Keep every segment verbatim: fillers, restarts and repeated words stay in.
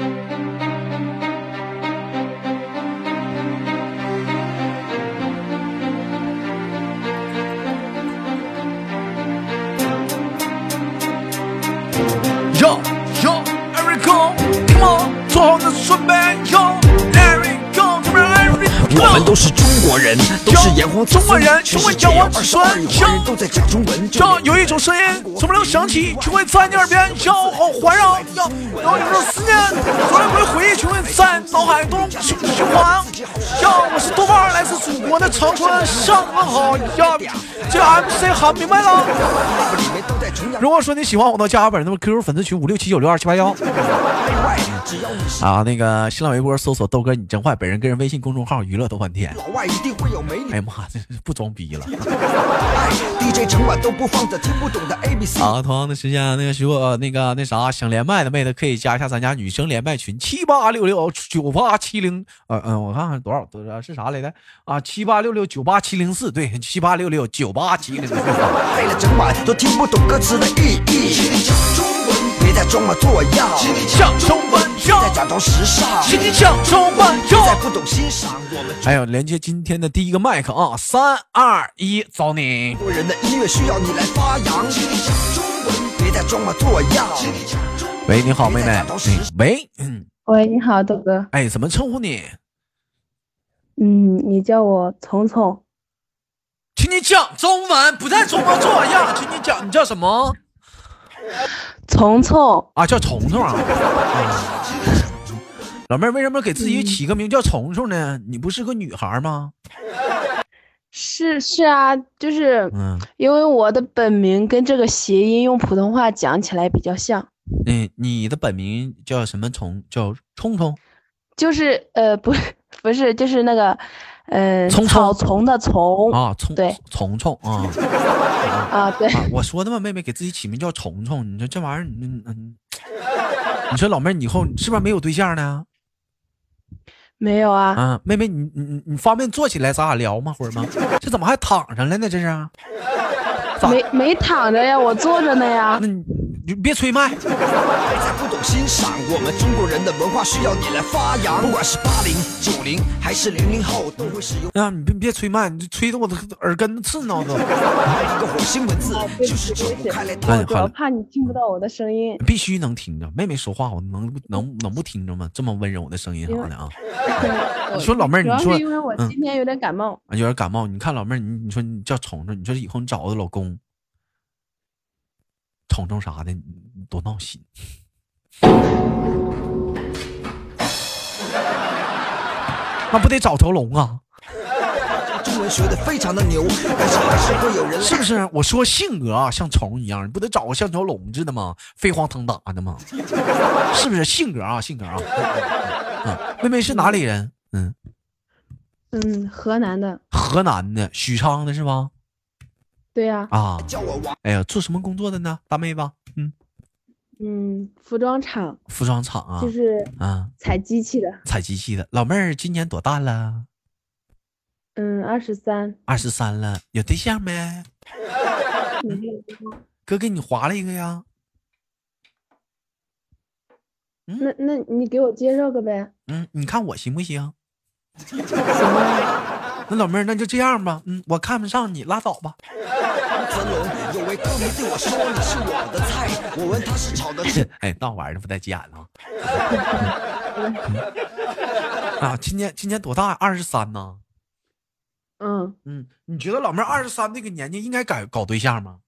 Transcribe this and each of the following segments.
Yo yo Erico Come on 做好的准备 Yo Erico Come on Erico 我们都是中国人，都是炎黄子孙， 中国人中国炎黄子孙人都在讲中文。 这有一种声音从不能响起，却会在你耳边摇晃环绕，要然后有种思念从来不会回忆，却会在脑海中循循环。要我是豆瓣，来自祖国的长春，上午好呀！这 M C 喊明白了。如果说你喜欢我的，加本人的 Q Q 粉丝群五六七九六二七八幺。啊，那个新浪微博搜索豆哥你真坏，本人个人微信公众号娱乐豆翻天。哎呀妈，这不装逼了。 D J 整晚都不放着听不懂的 A B C。 啊，同样的时间，那个如果那个那啥想连麦的妹子，可以加一下咱家女生连麦群七八六六九八七零。呃嗯，我看看多少多少是啥来的啊？七八六六九八七零四，对，七八六六九八七零四。 嗨了整晚都听不懂歌词的意义。请你讲中文，别再装模作样。请你讲中文，别再假装时尚。 请你讲中文， 别再不懂欣赏我们。 还有连接今天的第一个麦克啊，三二一，走你！ 中国人的音乐需要你来发扬。请你讲中文，别再装模作样。 喂，你好，妹妹。喂，嗯， 喂，你好，豆哥。 哎，怎么称呼你？ 嗯，你叫我虫虫。 请你讲中文，不再装模作样。请你讲，你叫什么？ 虫虫啊，叫虫虫啊。老妹儿，为什么给自己起个名叫虫虫呢？你不是个女孩吗？ 是是啊，就是因为我的本名跟这个谐音用普通话讲起来比较像。 嗯，你的本名叫什么虫？叫冲冲？ 就是呃，不不是，就是那个呃， 虫草丛的丛啊，虫对， 虫虫啊啊对啊，我说的嘛，妹妹给自己起名叫虫虫，你说这玩意儿，你你你说老妹儿，你以后是不是没有对象呢？ 没有啊。 啊，妹妹，你你你方便坐起来，咱俩聊吗？会儿吗？这怎么还躺上了呢？这是？ 没没躺着呀，我坐着呢呀。 那你你别吹麦。 别再不懂欣赏我们中国人的文化，需要你来发扬。不管是八零、九零还是零零后，都会使用。 啊，你别别吹麦，你吹的我的耳根子刺挠的。 一个火星文字就是解不开来。 我主要怕你听不到我的声音。 必须能听着，妹妹说话我能能能不听着吗？这么温柔的声音啥的啊？你说老妹儿，你说主要是因为我今天有点感冒， 嗯、有点感冒。你看老妹儿，你你说你叫虫虫，你说以后你找个老公，虫虫啥的，多闹心。那不得找条龙啊？ 中文学的非常的牛，但是还是会有人， 是不是？我说性格啊，像虫一样，你不得找个像条龙似的吗？飞黄腾达的吗？是不是？性格啊，性格啊。嗯，妹妹是哪里人？嗯嗯，河南的。 河南的，许昌的是吧？ 对呀。 啊。哎呀，做什么工作的呢，大妹子？嗯嗯，服装厂。 服装厂啊， 就是啊，采机器的。 采机器的。老妹儿今年多大了？ 嗯，二十三。 二十三了，有对象没？哥给你划了一个呀。 嗯、那那你给我介绍个呗。 嗯，你看我行不行？ 行啊。 那老妹儿，那就这样吧。嗯，我看不上你，拉倒吧。 成龙有位歌迷对我说：“你是我的菜。”我问他是炒的是…… 哎，那玩意儿不带急眼了。啊，今年今年多大？二十三呢。 嗯嗯，你觉得老妹儿二十三那个年纪应该搞搞对象吗？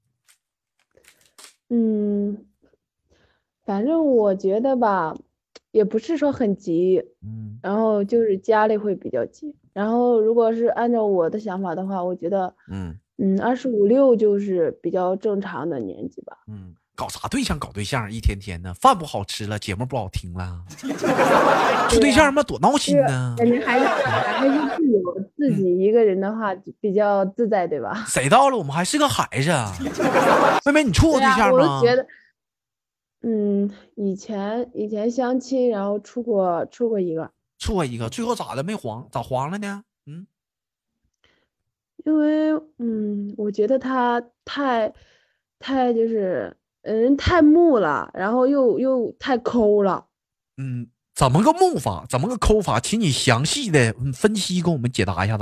嗯，反正我觉得吧，也不是说很急， 嗯， 然后就是家里会比较急，然后如果是按照我的想法的话，我觉得， 嗯嗯，二十五六就是比较正常的年纪吧。 嗯，搞啥对象？搞对象，一天天的，饭不好吃了，节目不好听了，处对象嘛多闹心呢。 感觉还是还是自由，自己一个人的话比较自在，对吧？ 谁到了？我们还是个孩子。妹妹，你处过对象吗？ 我都觉得，嗯，以前以前相亲，然后处过处过一个， 处过一个，最后咋的？没黄，咋黄了呢？嗯， 因为嗯，我觉得他太太就是人太木了，然后又又太抠了。 嗯，怎么个木法，怎么个抠法，请你详细的分析给我们解答一下子。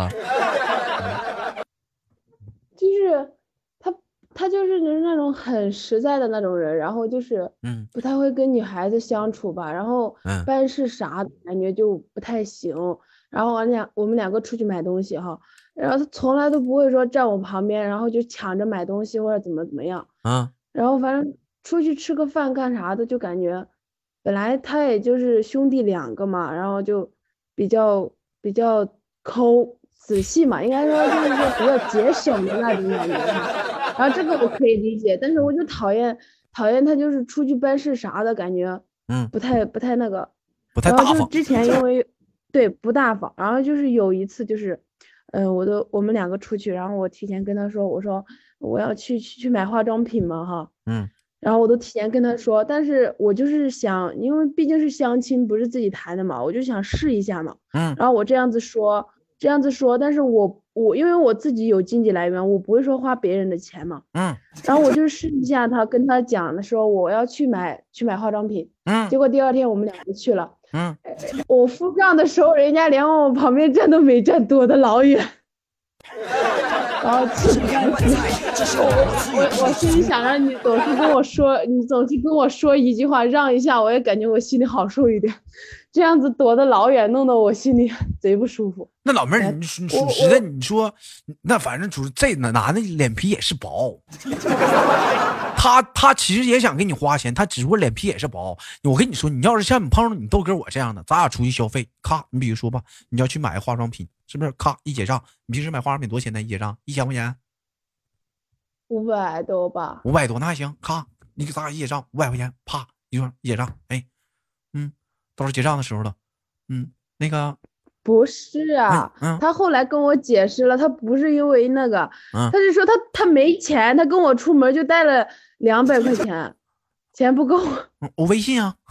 就是他他就是那种很实在的那种人，然后就是嗯不太会跟女孩子相处吧，然后嗯办事啥感觉就不太行。然后我俩我们两个出去买东西哈，然后他从来都不会说站我旁边，然后就抢着买东西或者怎么怎么样。 啊然后反正出去吃个饭干啥的，就感觉本来他也就是兄弟两个嘛，然后就比较比较抠仔细嘛，应该说就是说比较节省的那种感觉哈。然后这个我可以理解，但是我就讨厌讨厌他就是出去办事啥的感觉， 嗯， 不太不太那个， 不太然后大方。 就是之前因为对不大方，然后就是有一次就是，嗯、我都我们两个出去，然后我提前跟他说，我说我要去去去买化妆品嘛哈。 嗯然后我都提前跟他说，但是我就是想，因为毕竟是相亲，不是自己谈的嘛，我就想试一下嘛。 嗯然后我这样子说，这样子说，但是我我因为我自己有经济来源，我不会说花别人的钱嘛。 嗯然后我就试一下他，跟他讲的说我要去买去买化妆品， 嗯结果第二天我们两个去了， 嗯， 我付账的时候，人家连往我旁边站都没站，躲得老远。然后气不干净，我我我心里想着你总是跟我说，你总是跟我说一句话让一下，我也感觉我心里好受一点。这样子躲得老远，弄得我心里贼不舒服。 那老妹儿，你属属实的，你说那反正主这男的脸皮也是薄，他他其实也想给你花钱，他只不过脸皮也是薄。我跟你说，你要是像你碰上你豆哥我这样的，咱俩出去消费，咔，你比如说吧，你要去买化妆品，是不是？咔一结账，你平时买化妆品多少钱呢？一结账一千块钱， 五百多吧， 五百多那还行，咔，你给咱俩一结账五百块钱，啪一说一结账，哎，嗯，到时候结账的时候了，嗯，那个。 不是啊， 嗯嗯、 他后来跟我解释了，他不是因为那个， 嗯、 他是说他他没钱，他跟我出门就带了两百块钱，钱不够。 嗯、我微信啊，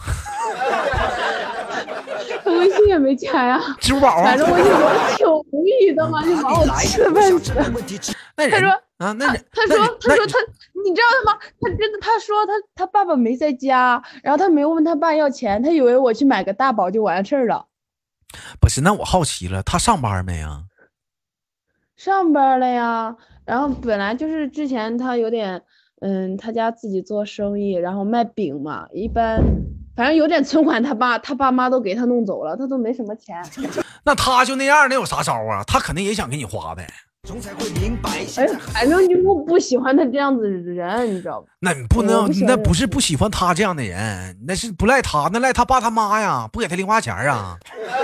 他微信也没钱呀、 啊，支付宝啊， 反正我就觉得挺无语的嘛，就把我气得半死。他说啊，那人他说他说他，你知道吗？他真的他说他他爸爸没在家，然后他没有问他爸要钱，他以为我去买个大宝就完事儿了。 不是，那我好奇了，他上班没啊？ 上班了呀。然后本来就是之前他有点，嗯，他家自己做生意，然后卖饼嘛，一般反正有点存款，他爸他爸妈都给他弄走了，他都没什么钱。 那他就那样，那有啥招啊？他肯定也想给你花呗。 哎，反正就我不喜欢他这样子的人，你知道吧？ 那你不能，那不是不喜欢他这样的人，那是不赖他，那赖他爸他妈呀，不给他零花钱啊，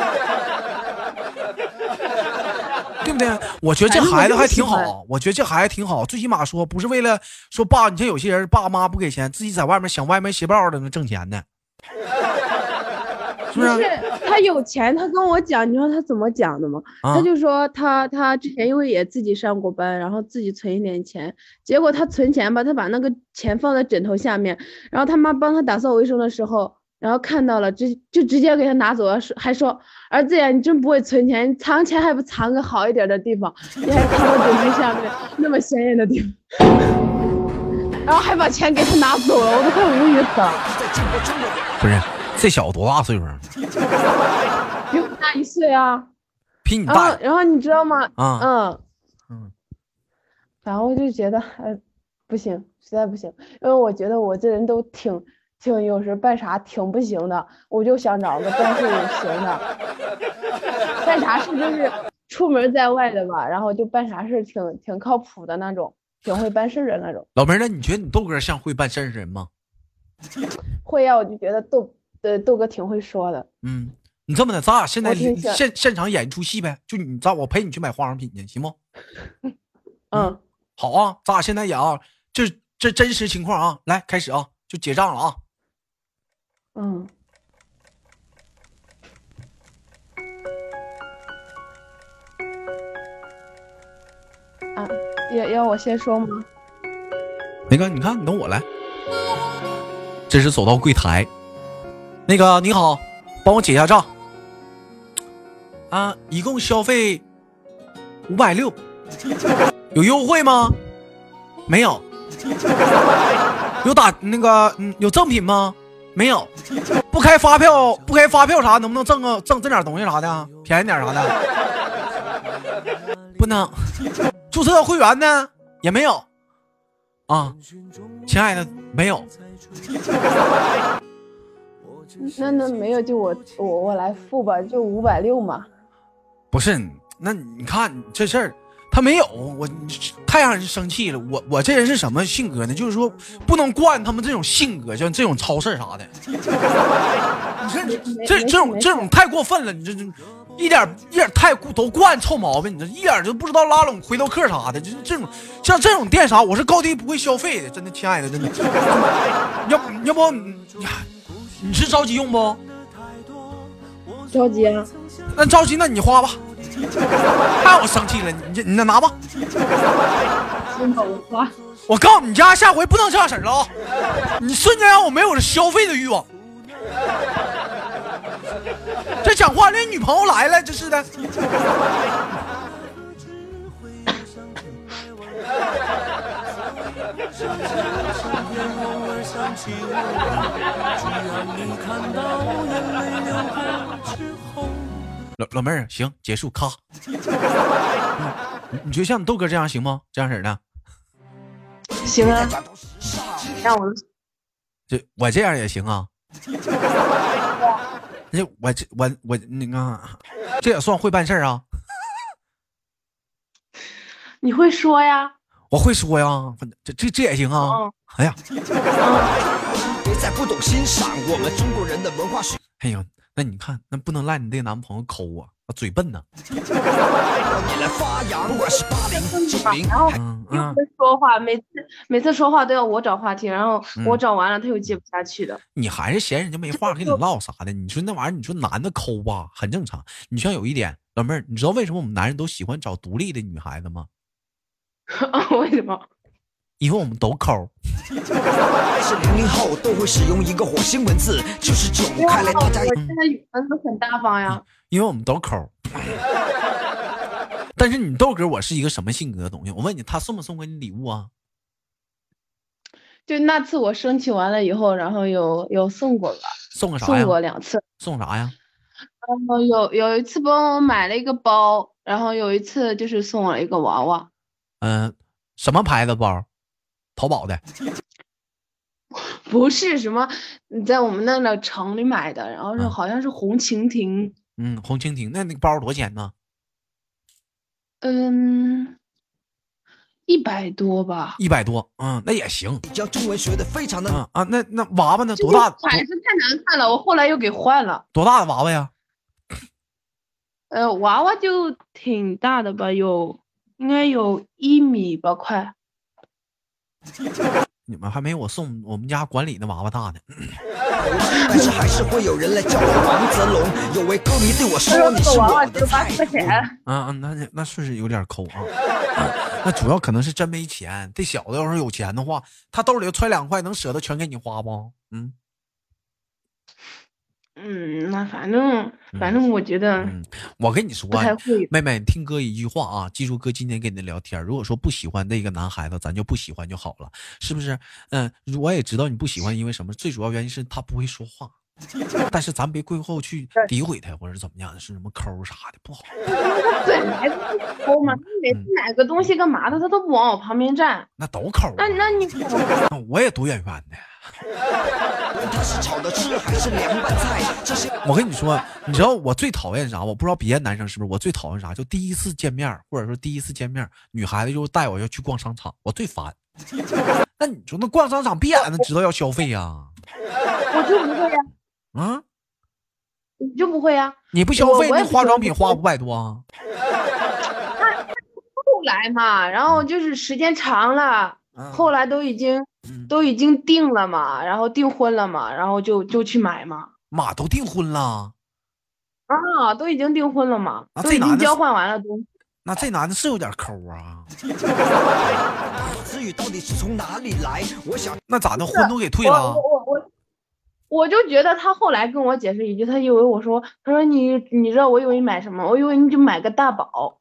对不对？我觉得这孩子还挺好，我觉得这孩子挺好，最起码说不是为了说爸，你像有些人爸妈不给钱，自己在外面想歪门邪道的那挣钱呢，是不是？ 不是他有钱，他跟我讲，你知道他怎么讲的吗？啊、他就说他他之前因为也自己上过班，然后自己存一点钱，结果他存钱吧，他把那个钱放在枕头下面，然后他妈帮他打扫卫生的时候，然后看到了，直就直接给他拿走了，还说儿子呀，你真不会存钱，你藏钱还不藏个好一点的地方，你还藏到枕头下面那么显眼的地方，然后还把钱给他拿走了，我都快无语死了。 不是。这小子多大岁数？ 比我大一岁啊， 比你大。 然后，然后你知道吗？ 啊， 嗯嗯， 然后我就觉得，哎，不行，实在不行，因为我觉得我这人都挺挺有时办啥挺不行的，我就想找个办事行的，办啥事就是出门在外的吧，然后就办啥事挺挺靠谱的那种，挺会办事的那种。 老妹儿，那你觉得你豆哥像会办事的人吗？ 会呀、啊，我就觉得豆。呃，豆哥挺会说的。 嗯，你这么的，咱俩现在现现场演一出戏呗，就你咱我陪你去买化妆品去，行不？ 嗯， 嗯好啊，咱俩现在演啊，这这真实情况啊，来开始啊，就结账了啊。 嗯。啊，要要我先说吗？ 那个，你看，你等我来。这是走到柜台。那个你好，帮我结一下账啊，一共消费五百六，有优惠吗？没有。有打那个嗯有赠品吗？ 没有，不开发票，不开发票啥，能不能挣个挣挣点东西啥的，便宜点啥的？不能。注册会员呢？也没有。啊，亲爱的，没有。 那那没有，就我我我来付吧，就五百六嘛。 不是，那你看这事儿。他没有，我太让人生气了。我我这人是什么性格呢？就是说不能惯他们这种性格，像这种超市啥的。你这这这种这种太过分了，你这这一点一点太都惯臭毛病，你这一点就不知道拉拢回头客啥的。就是这种像这种店啥，我是高低不会消费的，真的，亲爱的，真的。要要不你你是着急用不？ 着急啊。 那着急，那你花吧。看我生气了，你这你那拿吧。我告诉你家下回不能这样式了啊！你瞬间让我没有了消费的欲望。这讲话连女朋友来了，这是的。老老妹儿，行，结束，咔。嗯、你觉得像你豆哥这样行吗？这样式的？ 行啊，让我这我这样也行啊。这我这我我那个，这也算会办事啊？ 你会说呀？ 我会说呀，这这这也行啊。嗯、哎呀， 别再不懂欣赏我们中国人的文化。 哎呀。那你看，那不能赖你这个男朋友抠啊，嘴笨呢。 你来发扬，不管是八零九零， 然后又会说话，每次每次说话都要我找话题，然后我找完了他又接不下去的。 你还是嫌人家没话跟你唠啥的？你说那玩意儿，你说男的抠吧，很正常。你像有一点，老妹儿，你知道为什么我们男人都喜欢找独立的女孩子吗？ 为什么？ 因为我们都抠。 是零零后都会使用一个火星文字，就是囧。看来大家我现在语文都很大方呀。 因为我们都抠。但是你豆哥，我是一个什么性格的东西？我问你，他送没送过你礼物啊？ 就那次我生气完了以后，然后有有送过吧？ 送个啥呀？ 送过两次。 送啥呀？ 然后有有一次帮我买了一个包，然后有一次就是送我一个娃娃。 嗯、呃，什么牌子包？淘宝的。 不是什么，你在我们那个城里买的，然后是好像是红蜻蜓。 嗯，红蜻蜓，那那个包多少钱呢？ 嗯，一百多吧。 一百多，嗯，那也行。 教中文学的非常的啊啊，那那娃娃呢？多大？ 款式太难看了，我后来又给换了。 多大的娃娃呀？ 呃，娃娃就挺大的吧，有应该有一米吧，快。 你们还没我送我们家管理的娃娃大呢。 但是还是会有人来叫我王泽龙。有位歌迷对我说：“你是我的菜。” 啊啊，那那是有点抠啊。那主要可能是真没钱。这小子要是有钱的话，他兜里揣两块，能舍得全给你花不？嗯。 嗯，那反正反正我觉得、 嗯嗯，我跟你说、啊，妹妹，听哥一句话啊，记住哥今天跟你聊天，如果说不喜欢这个男孩子，咱就不喜欢就好了，是不是？嗯，我也知道你不喜欢，因为什么？最主要原因是他不会说话，但是咱别过后去诋毁他或者怎么样，是什么抠啥的不好。 他本来就抠嘛，每次买个东西干嘛的，他都不往我旁边站， 那都抠、啊。 那那你， 那我也多远远的。 他是炒的吃还是凉拌菜？这些我跟你说，你知道我最讨厌啥？我不知道别的男生是不是？我最讨厌啥？就第一次见面，或者说第一次见面，女孩子就带我要去逛商场，我最烦。那你说那逛商场必然的知道要消费呀、啊？ 我就不会呀。 啊？ 你就不会呀？ 你不消费，那化妆品花五百多啊？ 后来嘛，然后就是时间长了，嗯、后来都已经。都已经定了嘛，然后订婚了嘛，然后就就去买嘛。 妈，都订婚了啊，都已经订婚了嘛，都已经交换完了东西。 那这男的是有点抠啊。 词语到底是从哪里来？我想那咋的，婚都给退了？ 我我我我就觉得他后来跟我解释一句，他以为我说，他说你你知道我以为你买什么？我以为你就买个大宝。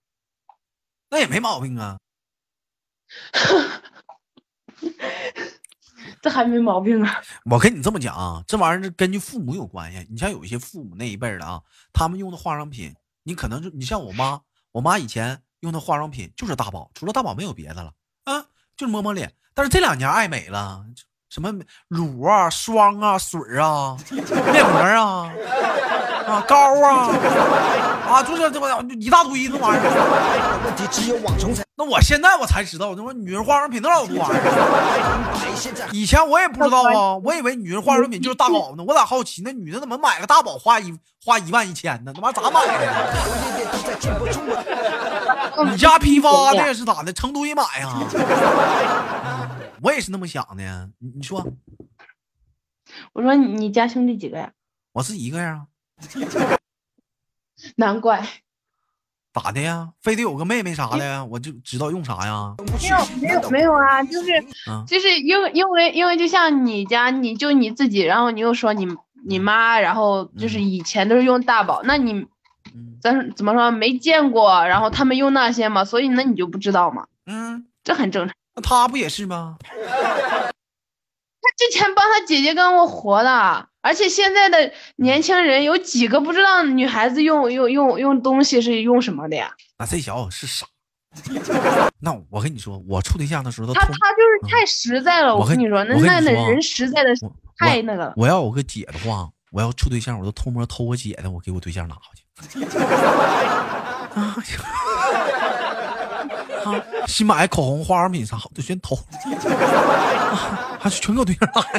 那也没毛病啊。 这还没毛病啊。 我跟你这么讲啊，这玩意儿根据父母有关系。你像有一些父母那一辈的啊，他们用的化妆品，你可能就你像我妈，我妈以前用的化妆品就是大宝，除了大宝没有别的了啊，就是抹抹脸。但是这两年爱美了，什么乳啊、霜啊、水啊、面膜啊、啊膏啊啊，就是这么一大堆那玩意儿。 问题只有网虫才。 那我现在我才知道，我说女人化妆品那老多玩意儿。以前我也不知道啊，我以为女人化妆品就是大宝呢。我咋好奇那女的怎么买个大宝花一花一万一千呢？那玩意儿咋买的？你家批发的也是咋的？成堆买呀、啊？我也是那么想的。你你说， 我说你家兄弟几个呀？ 我是一个呀。 难怪。 咋的呀？非得有个妹妹啥的呀？我就知道用啥呀？ 没有没有没有啊，就是、嗯、就是因为因为因为就像你家，你就你自己，然后你又说你你妈，然后就是以前都是用大宝，嗯、那你咱、嗯、怎么说没见过，然后他们用那些嘛，所以那你就不知道嘛。 嗯， 这很正常。 那他不也是吗？ 他之前帮他姐姐跟我活的。而且现在的年轻人有几个不知道女孩子用用用用东西是用什么的呀？ 那这小子是傻。那我跟你说，我处对象的时候， 他他就是太实在了。嗯、我跟你说，那那那人实在的太那个了。 我要有个姐的话，我要处对象，我都偷摸偷我姐的，我给我对象拿回去。啊，新买口红、化妆品啥，我都全偷，啊，还全给我对象拿。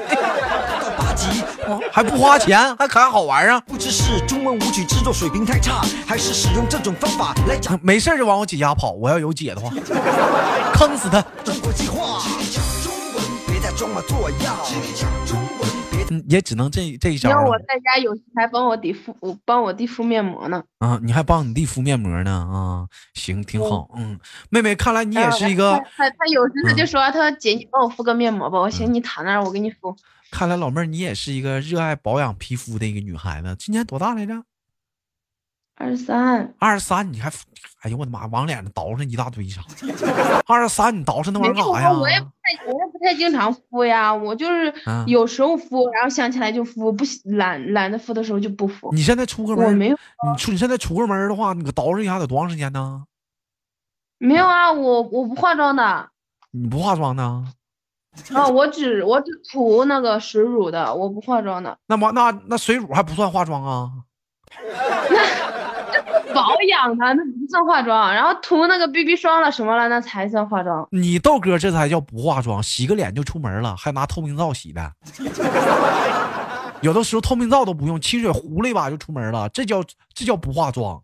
还不花钱，还可爱好玩啊！ 不知是中文舞曲制作水平太差，还是使用这种方法来讲。 没事就往我姐家跑，我要有姐的话，坑死他！ 中国计划，中文别再装模作样。 嗯，也只能这这一招。 让我在家有时还帮我弟敷，我帮我弟敷面膜呢。 啊，你还帮你弟敷面膜呢？啊，行，挺好。嗯，妹妹，看来你也是一个。 他他有时他就说，嗯、他说姐，你帮我敷个面膜吧。我行，你躺那儿，我给你敷。 看来老妹儿你也是一个热爱保养皮肤的一个女孩子，今年多大来着？ 二十三。 二十三，你还，哎呦我的妈，往脸上倒上一大堆啥？二十三，你倒上那玩意儿干啥呀？ 我也不太，我也不太经常敷呀，我就是有时候敷，然后想起来就敷，不懒懒得敷的时候就不敷。 你现在出个门？ 我没有。 你出你现在出个门的话，你可捯饬一下得多长时间呢？ 没有啊，我我不化妆的。 你不化妆呢？ 啊，我只我只涂那个水乳的，我不化妆的。 那么那那水乳还不算化妆啊？ 那保养它那不算化妆，然后涂那个 B B 霜了什么了，那才算化妆。 你豆哥这才叫不化妆，洗个脸就出门了，还拿透明皂洗的。有的时候透明皂都不用，清水糊了一把就出门了，这叫这叫不化妆。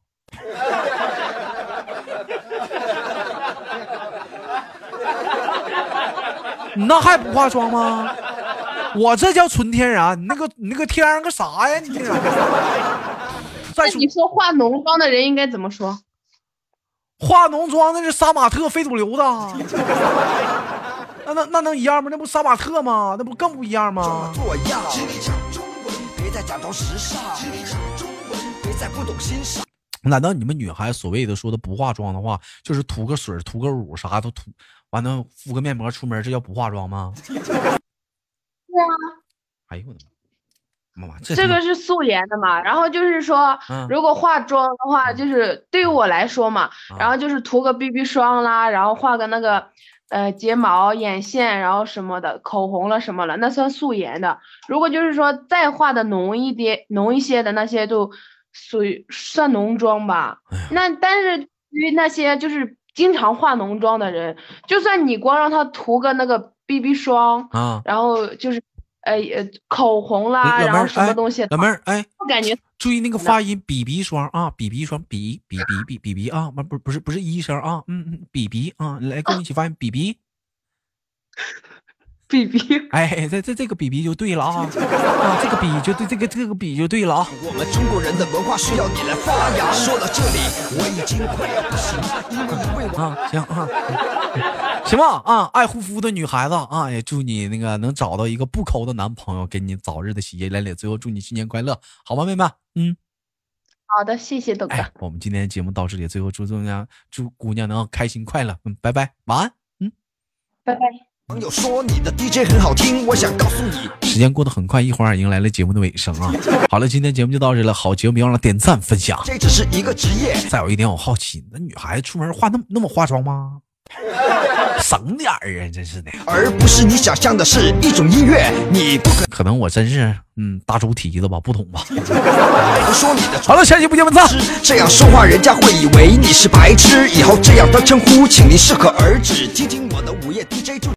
你那还不化妆吗？我这叫纯天然，你那个你那个天然个啥呀？你这那你说化浓妆的人应该怎么说？ 化浓妆那是杀马特非主流的，那那那能一样吗？那不杀马特吗？那不更不一样吗？ 做样，中文别再假装时尚，中文别再不懂欣赏。 难道你们女孩所谓的说的不化妆的话，就是涂个水、涂个乳，啥都涂，完了敷个面膜出门，这叫不化妆吗？ 是啊。 哎呦我的妈！妈妈， 这这个是素颜的嘛？然后就是说，嗯、如果化妆的话，就是对于我来说嘛，嗯、然后就是涂个 B B 霜啦，然后画个那个呃睫毛、眼线，然后什么的，口红了什么了，那算素颜的。如果就是说再画的浓一点、浓一些的那些都。属于算浓妆吧，哎、那但是对于那些就是经常化浓妆的人，就算你光让他涂个那个 B B 霜啊，然后就是呃呃口红啦，然后什么东西， 老妹儿哎， 我感觉注意那个发音，B B 霜啊，B B 霜，B B B B B B 啊，不不是不是医生啊，嗯嗯 ，B B 啊，来跟我一起发音 B B。 比比， 哎，这这这个比比就对了啊，啊，这个比就对，这个这个比就对了啊。 我们中国人的文化需要你来发扬。说到这里，我已经快要不行了啊，行啊，行吧啊，爱护肤的女孩子啊，也祝你那个能找到一个不抠的男朋友，给你早日的喜结连理。最后祝你新年快乐，好吗，妹妹？嗯， 好的，谢谢豆哥。 哎，我们今天的节目到这里，最后祝姑娘祝姑娘能开心快乐，嗯，拜拜，晚安，嗯， 拜拜。 朋友说你的 D J 很好听，我想告诉你。 时间过得很快，一会儿迎来了节目的尾声啊。好了，今天节目就到这了，好节目别忘了点赞分享。 这只是一个职业。 再有一点我好奇，那女孩子出门化那么那么化妆吗？省点儿啊，真是的。 而不是你想象的是一种音乐，你不可可能我真是嗯大猪蹄子吧，不懂吧。 能说你的。 好了，下期不见不散。 这样说话人家会以为你是白痴，以后这样的称呼请您适可而止。听听我的午夜 D J 就